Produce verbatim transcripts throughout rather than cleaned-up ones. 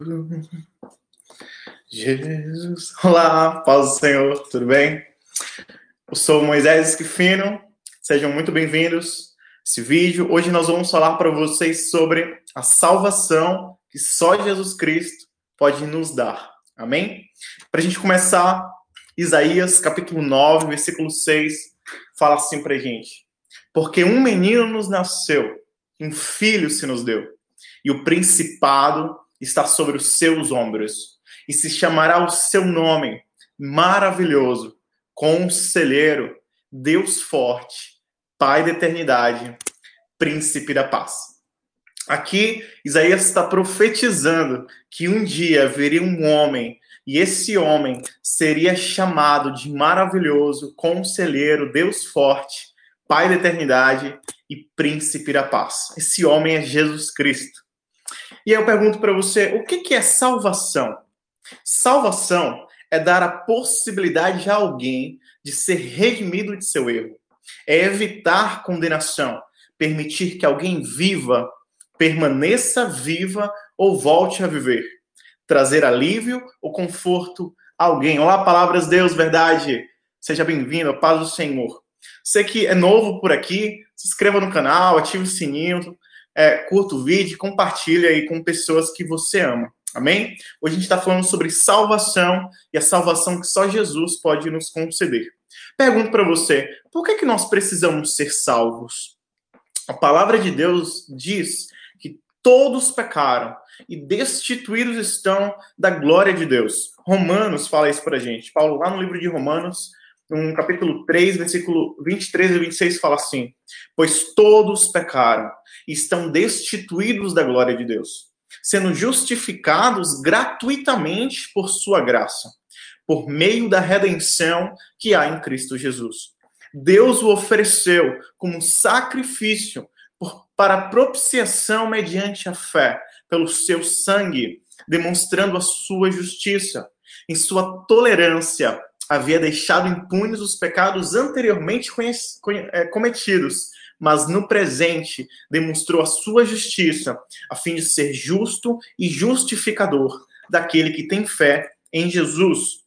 Jesus. Olá, paz do Senhor, tudo bem? Eu sou Moisés Esquifino, sejam muito bem-vindos a esse vídeo. Hoje nós vamos falar para vocês sobre a salvação que só Jesus Cristo pode nos dar, amém? Para a gente começar, Isaías capítulo nove, versículo seis, fala assim para a gente: porque um menino nos nasceu, um filho se nos deu, e o principado está sobre os seus ombros, e se chamará o seu nome, Maravilhoso, Conselheiro, Deus Forte, Pai da Eternidade, Príncipe da Paz. Aqui, Isaías está profetizando que um dia viria um homem, e esse homem seria chamado de Maravilhoso, Conselheiro, Deus Forte, Pai da Eternidade e Príncipe da Paz. Esse homem é Jesus Cristo. E aí eu pergunto para você, o que é salvação? Salvação é dar a possibilidade a alguém de ser redimido de seu erro. É evitar condenação, permitir que alguém viva, permaneça viva ou volte a viver. Trazer alívio ou conforto a alguém. Olá, palavras Deus, verdade. Seja bem-vindo, paz do Senhor. Você que é novo por aqui, se inscreva no canal, ative o sininho, é, curta o vídeo, compartilha aí com pessoas que você ama. Amém? Hoje a gente está falando sobre salvação e a salvação que só Jesus pode nos conceder. Pergunto para você, por que, que nós precisamos ser salvos? A palavra de Deus diz que todos pecaram e destituídos estão da glória de Deus. Romanos fala isso para a gente. Paulo, lá no livro de Romanos, no capítulo três, versículo vinte e três e vinte e seis, fala assim: pois todos pecaram e estão destituídos da glória de Deus, sendo justificados gratuitamente por sua graça, por meio da redenção que há em Cristo Jesus. Deus o ofereceu como sacrifício por, para propiciação mediante a fé, pelo seu sangue, demonstrando a sua justiça. Em sua tolerância, havia deixado impunes os pecados anteriormente cometidos, mas no presente demonstrou a sua justiça, a fim de ser justo e justificador daquele que tem fé em Jesus.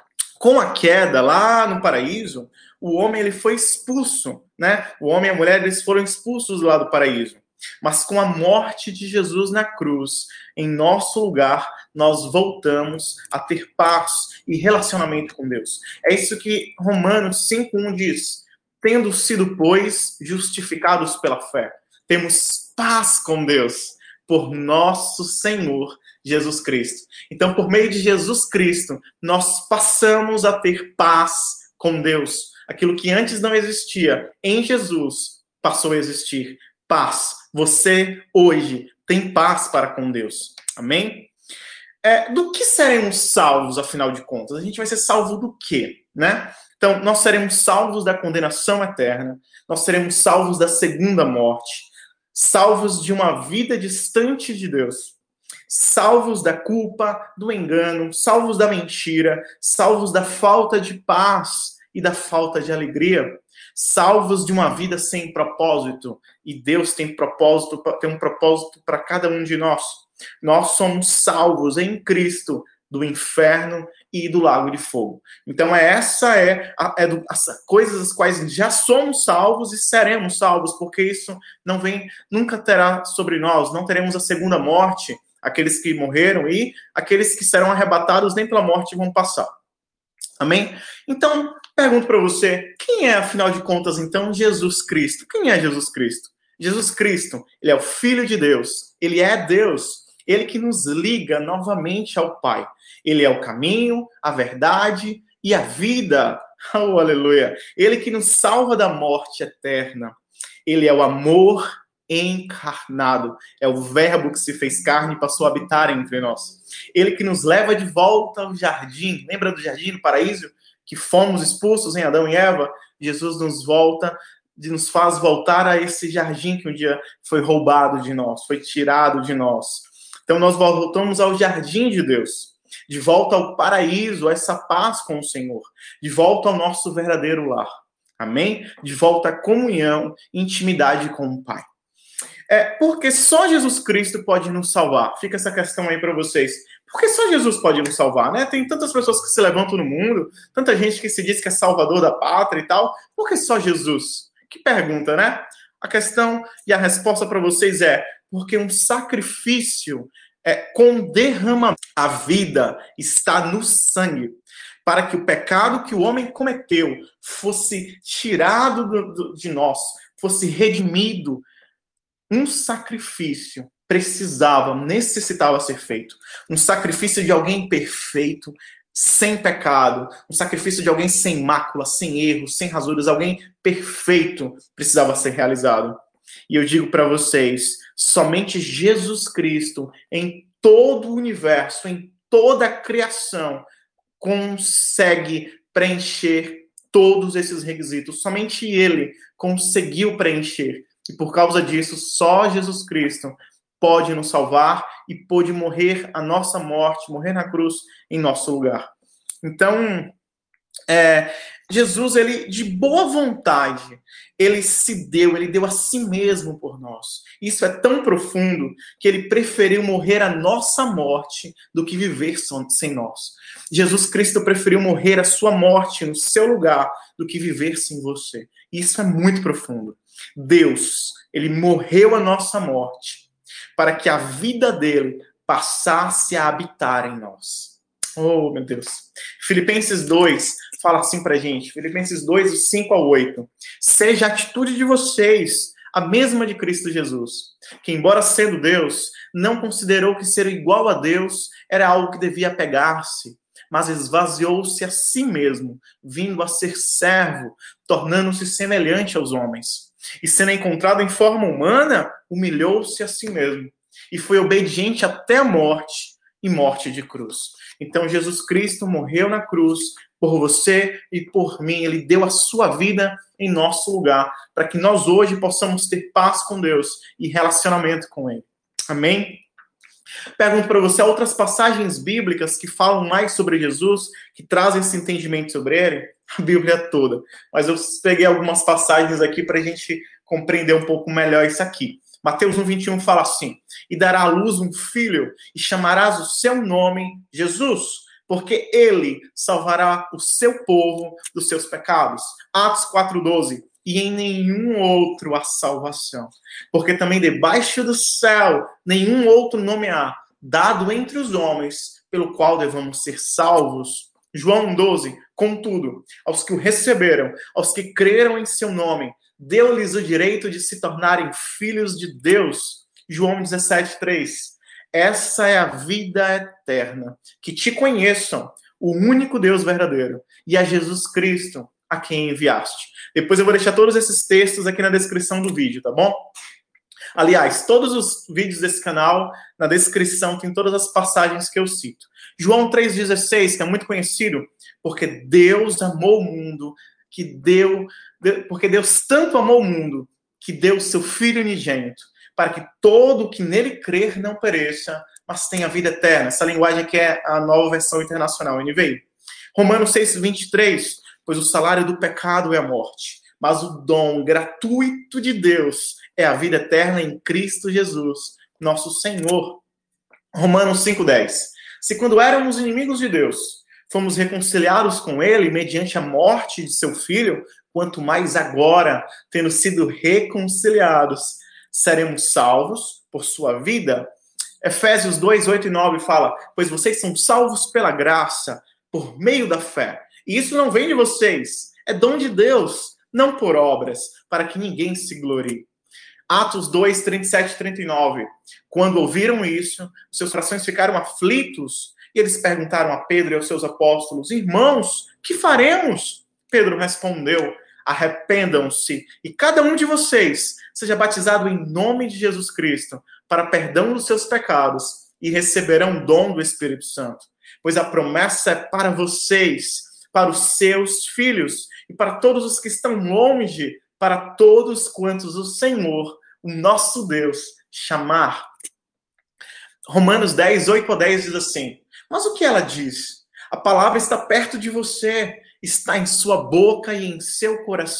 Com a queda lá no paraíso, o homem ele foi expulso, né? O homem e a mulher eles foram expulsos lá do paraíso. Mas com a morte de Jesus na cruz, em nosso lugar, nós voltamos a ter paz e relacionamento com Deus. É isso que Romanos cinco, um diz: tendo sido, pois, justificados pela fé, temos paz com Deus por nosso Senhor Jesus Cristo. Então, por meio de Jesus Cristo, nós passamos a ter paz com Deus. Aquilo que antes não existia, em Jesus, passou a existir. Paz. Você, hoje, tem paz para com Deus. Amém? É, do que seremos salvos, afinal de contas? A gente vai ser salvo do quê, né? Então, nós seremos salvos da condenação eterna, nós seremos salvos da segunda morte, salvos de uma vida distante de Deus, salvos da culpa, do engano, salvos da mentira, salvos da falta de paz e da falta de alegria, salvos de uma vida sem propósito, e Deus tem propósito, tem um propósito para cada um de nós. Nós somos salvos em Cristo do inferno e do lago de fogo. Então, essa é, a, é do, as coisas as quais já somos salvos e seremos salvos, porque isso não vem, nunca terá sobre nós, não teremos a segunda morte, aqueles que morreram, e aqueles que serão arrebatados nem pela morte vão passar. Amém? Então, pergunto para você, quem é, afinal de contas, então, Jesus Cristo? Quem é Jesus Cristo? Jesus Cristo, ele é o Filho de Deus, ele é Deus, ele que nos liga novamente ao Pai. Ele é o caminho, a verdade e a vida. Oh, aleluia! Ele que nos salva da morte eterna. Ele é o amor encarnado. É o verbo que se fez carne e passou a habitar entre nós. Ele que nos leva de volta ao jardim. Lembra do jardim do paraíso? Que fomos expulsos em Adão e Eva? Jesus nos volta, nos faz voltar a esse jardim que um dia foi roubado de nós, foi tirado de nós. Então nós voltamos ao jardim de Deus, de volta ao paraíso, a essa paz com o Senhor, de volta ao nosso verdadeiro lar. Amém? De volta à comunhão, intimidade com o Pai. É porque só Jesus Cristo pode nos salvar. Fica essa questão aí para vocês. Porque só Jesus pode nos salvar, né? Tem tantas pessoas que se levantam no mundo, tanta gente que se diz que é salvador da pátria e tal. Por que só Jesus? Que pergunta, né? A questão e a resposta para vocês é porque um sacrifício é, com derramamento. A vida está no sangue. Para que o pecado que o homem cometeu fosse tirado do, do, de nós, fosse redimido, um sacrifício precisava, necessitava ser feito. Um sacrifício de alguém perfeito, sem pecado. Um sacrifício de alguém sem mácula, sem erros, sem rasuras. Alguém perfeito precisava ser realizado. E eu digo para vocês, somente Jesus Cristo, em todo o universo, em toda a criação, consegue preencher todos esses requisitos. Somente Ele conseguiu preencher. E por causa disso, só Jesus Cristo pode nos salvar e pôde morrer a nossa morte, morrer na cruz em nosso lugar. Então, é, Jesus, ele de boa vontade, ele se deu, ele deu a si mesmo por nós. Isso é tão profundo que ele preferiu morrer a nossa morte do que viver sem nós. Jesus Cristo preferiu morrer a sua morte no seu lugar do que viver sem você. Isso é muito profundo. Deus, ele morreu a nossa morte para que a vida dele passasse a habitar em nós. Oh, meu Deus. Filipenses dois fala assim pra gente. Filipenses dois, cinco ao oito. Seja a atitude de vocês a mesma de Cristo Jesus, que, embora sendo Deus, não considerou que ser igual a Deus era algo que devia apegar-se, mas esvaziou-se a si mesmo, vindo a ser servo, tornando-se semelhante aos homens. E sendo encontrado em forma humana, humilhou-se a si mesmo. E foi obediente até a morte, e morte de cruz. Então Jesus Cristo morreu na cruz por você e por mim. Ele deu a sua vida em nosso lugar, para que nós hoje possamos ter paz com Deus e relacionamento com Ele. Amém? Pergunto para você, há outras passagens bíblicas que falam mais sobre Jesus, que trazem esse entendimento sobre Ele? A Bíblia toda. Mas eu peguei algumas passagens aqui para a gente compreender um pouco melhor isso aqui. Mateus um, vinte e um fala assim: e dará à luz um filho, e chamarás o seu nome Jesus, porque ele salvará o seu povo dos seus pecados. Atos quatro, doze. E em nenhum outro há salvação, porque também debaixo do céu nenhum outro nome há, dado entre os homens, pelo qual devamos ser salvos. João um, doze. Contudo, aos que o receberam, aos que creram em seu nome, deu-lhes o direito de se tornarem filhos de Deus. João dezessete, três. Essa é a vida eterna, que te conheçam, o único Deus verdadeiro, e a Jesus Cristo, a quem enviaste. Depois eu vou deixar todos esses textos aqui na descrição do vídeo, tá bom? Aliás, todos os vídeos desse canal, na descrição, tem todas as passagens que eu cito. João três, dezesseis, que é muito conhecido, porque Deus amou o mundo, que deu, porque Deus tanto amou o mundo, que deu o seu Filho unigênito, para que todo que nele crer não pereça, mas tenha vida eterna. Essa linguagem aqui é a nova versão internacional, N V I. Romanos seis, vinte e três, pois o salário do pecado é a morte, mas o dom gratuito de Deus é a vida eterna em Cristo Jesus, nosso Senhor. Romanos cinco, dez. Se quando éramos inimigos de Deus, fomos reconciliados com Ele mediante a morte de seu Filho, quanto mais agora, tendo sido reconciliados, seremos salvos por sua vida. Efésios dois, oito e nove fala: pois vocês são salvos pela graça, por meio da fé. E isso não vem de vocês, é dom de Deus, não por obras, para que ninguém se glorie. Atos dois, trinta e sete e trinta e nove. Quando ouviram isso, seus corações ficaram aflitos, e eles perguntaram a Pedro e aos seus apóstolos: irmãos, que faremos? Pedro respondeu: arrependam-se, e cada um de vocês seja batizado em nome de Jesus Cristo, para perdão dos seus pecados, e receberão o dom do Espírito Santo. Pois a promessa é para vocês, para os seus filhos, e para todos os que estão longe, para todos quantos o Senhor, o nosso Deus, chamar. Romanos dez, oito a dez diz assim: mas o que ela diz? A palavra está perto de você, está em sua boca e em seu coração.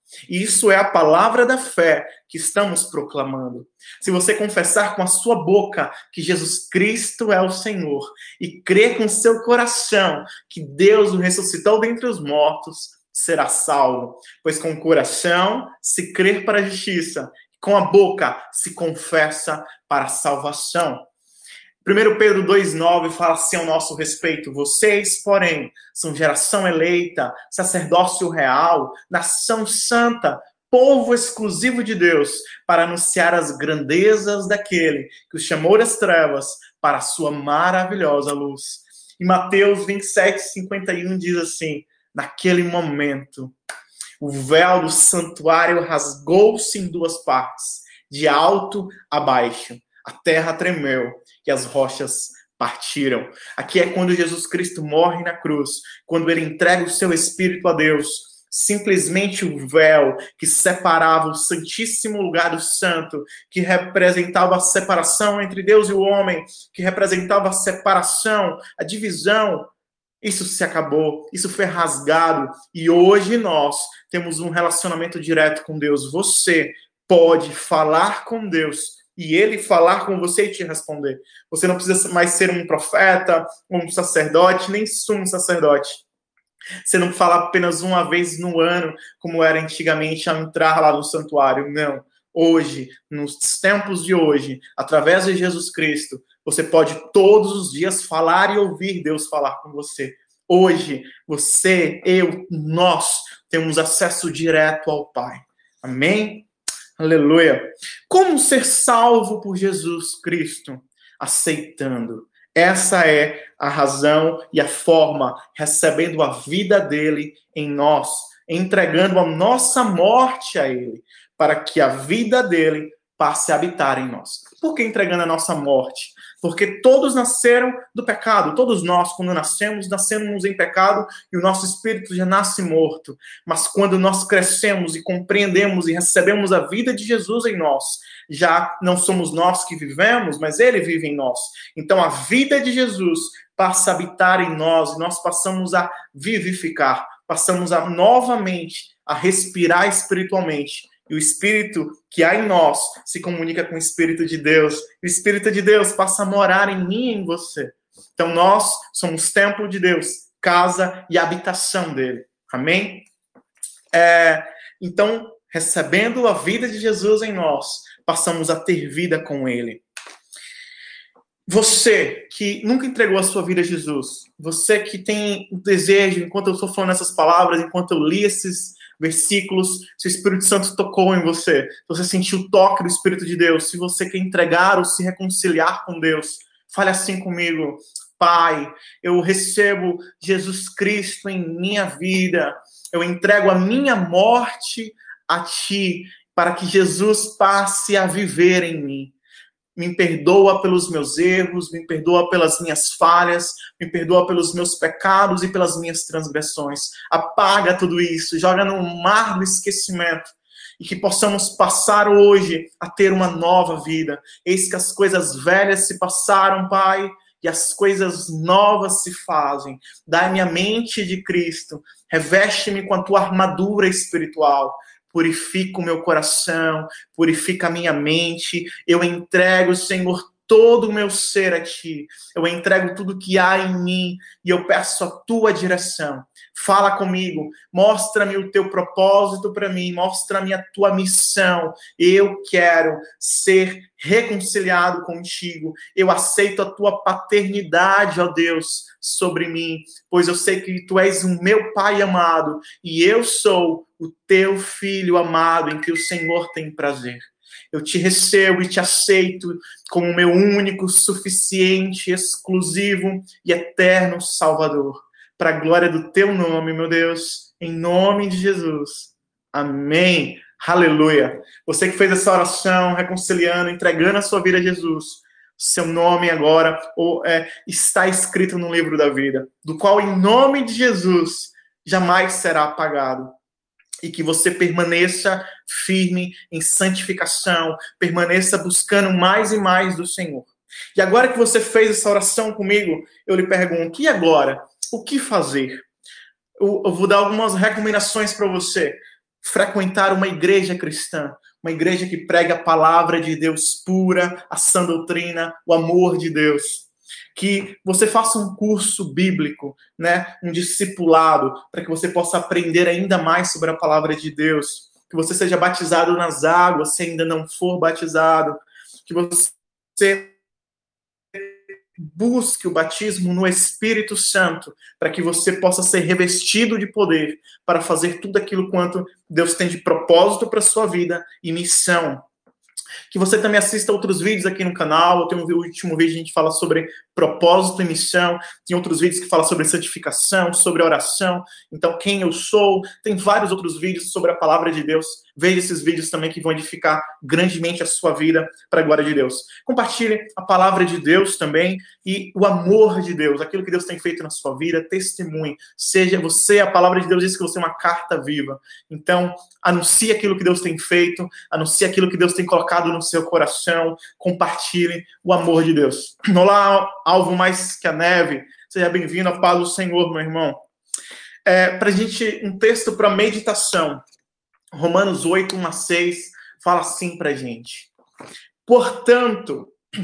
E isso é a palavra da fé que estamos proclamando. Se você confessar com a sua boca que Jesus Cristo é o Senhor e crer com seu coração que Deus o ressuscitou dentre os mortos, será salvo. Pois com o coração se crer para a justiça, com a boca se confessa para a salvação. primeiro Pedro dois, nove fala assim ao nosso respeito: vocês, porém, são geração eleita, sacerdócio real, nação santa, povo exclusivo de Deus, para anunciar as grandezas daquele que os chamou das trevas para a sua maravilhosa luz. E Mateus vinte e sete, cinquenta e um diz assim: naquele momento, o véu do santuário rasgou-se em duas partes, de alto a baixo. A terra tremeu e as rochas partiram. Aqui é quando Jesus Cristo morre na cruz, quando ele entrega o seu Espírito a Deus. Simplesmente o véu que separava o santíssimo lugar do santo, que representava a separação entre Deus e o homem, que representava a separação, a divisão, isso se acabou, isso foi rasgado. E hoje nós temos um relacionamento direto com Deus. Você pode falar com Deus e ele falar com você e te responder. Você não precisa mais ser um profeta, um sacerdote, nem sumo sacerdote. Você não fala apenas uma vez no ano, como era antigamente ao entrar lá no santuário. Não. Hoje, nos tempos de hoje, através de Jesus Cristo, você pode todos os dias falar e ouvir Deus falar com você. Hoje, você, eu, nós temos acesso direto ao Pai. Amém? Aleluia. Como ser salvo por Jesus Cristo? Aceitando. Essa é a razão e a forma, recebendo a vida dele em nós, entregando a nossa morte a ele, para que a vida dele passe a habitar em nós. Por que entregando a nossa morte? Porque todos nasceram do pecado. Todos nós, quando nascemos, nascemos em pecado e o nosso espírito já nasce morto. Mas quando nós crescemos e compreendemos e recebemos a vida de Jesus em nós, já não somos nós que vivemos, mas ele vive em nós. Então a vida de Jesus passa a habitar em nós e nós passamos a vivificar, passamos a novamente a respirar espiritualmente. E o Espírito que há em nós se comunica com o Espírito de Deus. E o Espírito de Deus passa a morar em mim e em você. Então nós somos templo de Deus, casa e habitação dele. Amém? É, então, recebendo a vida de Jesus em nós, passamos a ter vida com ele. Você que nunca entregou a sua vida a Jesus, você que tem o desejo, enquanto eu estou falando essas palavras, enquanto eu li esses versículos, se o Espírito Santo tocou em você, se você sentiu o toque do Espírito de Deus, se você quer entregar ou se reconciliar com Deus, fale assim comigo: Pai, eu recebo Jesus Cristo em minha vida, eu entrego a minha morte a Ti, para que Jesus passe a viver em mim. Me perdoa pelos meus erros, me perdoa pelas minhas falhas, me perdoa pelos meus pecados e pelas minhas transgressões. Apaga tudo isso, joga no mar do esquecimento e que possamos passar hoje a ter uma nova vida. Eis que as coisas velhas se passaram, Pai, e as coisas novas se fazem. Dai-me a mente de Cristo, reveste-me com a tua armadura espiritual. Purifica o meu coração, purifica a minha mente. Eu entrego, Senhor, todo o meu ser a Ti. Eu entrego tudo que há em mim e eu peço a Tua direção. Fala comigo, mostra-me o Teu propósito para mim, mostra-me a Tua missão. Eu quero ser reconciliado contigo. Eu aceito a Tua paternidade, ó Deus, sobre mim, pois eu sei que Tu és o meu Pai amado e eu sou o Teu Filho amado em que o Senhor tem prazer. Eu te recebo e te aceito como meu único, suficiente, exclusivo e eterno Salvador. Para a glória do Teu nome, meu Deus, em nome de Jesus. Amém. Aleluia. Você que fez essa oração, reconciliando, entregando a sua vida a Jesus, seu nome agora ou, é, está escrito no livro da vida, do qual, em nome de Jesus, jamais será apagado. E que você permaneça firme em santificação, permaneça buscando mais e mais do Senhor. E agora que você fez essa oração comigo, eu lhe pergunto, e agora? O que fazer? Eu, eu vou dar algumas recomendações para você. frequentar uma igreja cristã, uma igreja que prega a palavra de Deus pura, a sã doutrina, o amor de Deus. Que você faça um curso bíblico, né, um discipulado, para que você possa aprender ainda mais sobre a palavra de Deus. Que você seja batizado nas águas, se ainda não for batizado. Que você busque o batismo no Espírito Santo, para que você possa ser revestido de poder para fazer tudo aquilo quanto Deus tem de propósito para a sua vida e missão. Que você também assista outros vídeos aqui no canal. Tem um último vídeo que a gente fala sobre propósito e missão. Tem outros vídeos que falam sobre santificação, sobre oração. Então, quem eu sou. Tem vários outros vídeos sobre a palavra de Deus. Veja esses vídeos também que vão edificar grandemente a sua vida para a glória de Deus. Compartilhe a palavra de Deus também e o amor de Deus, aquilo que Deus tem feito na sua vida. Testemunhe. Seja você, a palavra de Deus diz que você é uma carta viva. Então, anuncie aquilo que Deus tem feito, anuncie aquilo que Deus tem colocado no seu coração, compartilhe o amor de Deus. Olá, alvo mais que a neve, seja bem-vindo à paz do Senhor, meu irmão. É, para a gente, um texto para meditação, Romanos oito, um a seis, fala assim para a gente. Portanto,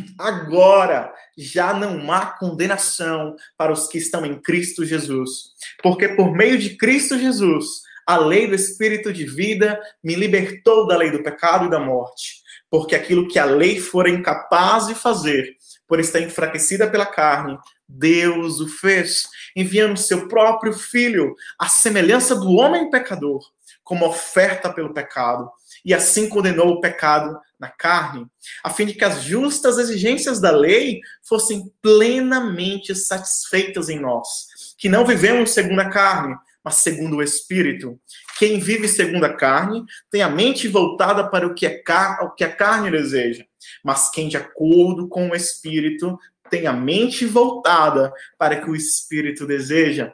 agora já não há condenação para os que estão em Cristo Jesus, porque por meio de Cristo Jesus, a lei do Espírito de vida me libertou da lei do pecado e da morte. Porque aquilo que a lei fora incapaz de fazer, por estar enfraquecida pela carne, Deus o fez, enviando seu próprio Filho, à semelhança do homem pecador, como oferta pelo pecado, e assim condenou o pecado na carne, a fim de que as justas exigências da lei fossem plenamente satisfeitas em nós, que não vivemos segundo a carne, mas segundo o Espírito. Quem vive segundo a carne tem a mente voltada para o que, é car- o que a carne deseja. Mas quem, de acordo com o Espírito, tem a mente voltada para o que o Espírito deseja.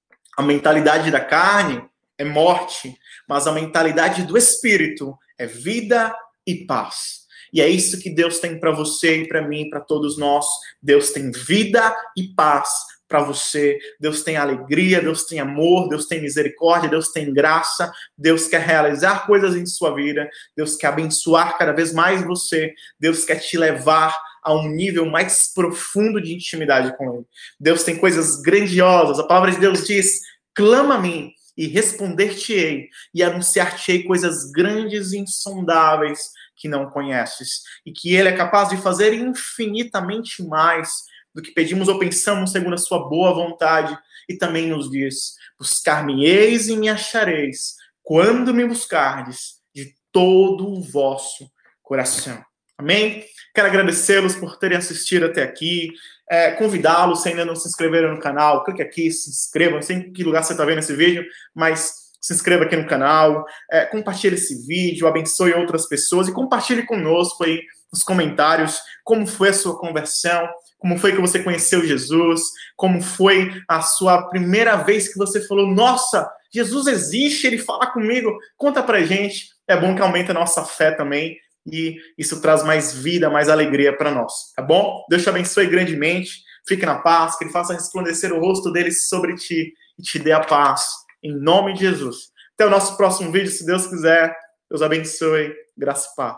A mentalidade da carne é morte, mas a mentalidade do Espírito é vida e paz. E é isso que Deus tem para você e para mim, para todos nós. Deus tem vida e paz para você. Deus tem alegria, Deus tem amor, Deus tem misericórdia, Deus tem graça. Deus quer realizar coisas em sua vida. Deus quer abençoar cada vez mais você. Deus quer te levar a um nível mais profundo de intimidade com Ele. Deus tem coisas grandiosas. A palavra de Deus diz, clama a mim e responder-te-ei e anunciar-te-ei coisas grandes e insondáveis que não conheces. E que Ele é capaz de fazer infinitamente mais do que pedimos ou pensamos segundo a sua boa vontade. E também nos diz, buscar-me-eis e me achareis, quando me buscardes de todo o vosso coração. Amém? Quero agradecê-los por terem assistido até aqui, é, convidá-los, se ainda não se inscreveram no canal, clique aqui, se inscrevam, não sei em que lugar você está vendo esse vídeo, mas se inscreva aqui no canal, é, compartilhe esse vídeo, abençoe outras pessoas e compartilhe conosco aí nos comentários como foi a sua conversão, como foi que você conheceu Jesus, como foi a sua primeira vez que você falou, nossa, Jesus existe, Ele fala comigo, conta pra gente, é bom que aumente a nossa fé também, e isso traz mais vida, mais alegria para nós, tá bom? Deus te abençoe grandemente, fique na paz, que Ele faça resplandecer o rosto dele sobre ti e te dê a paz, em nome de Jesus. Até o nosso próximo vídeo, se Deus quiser. Deus abençoe, graça e paz.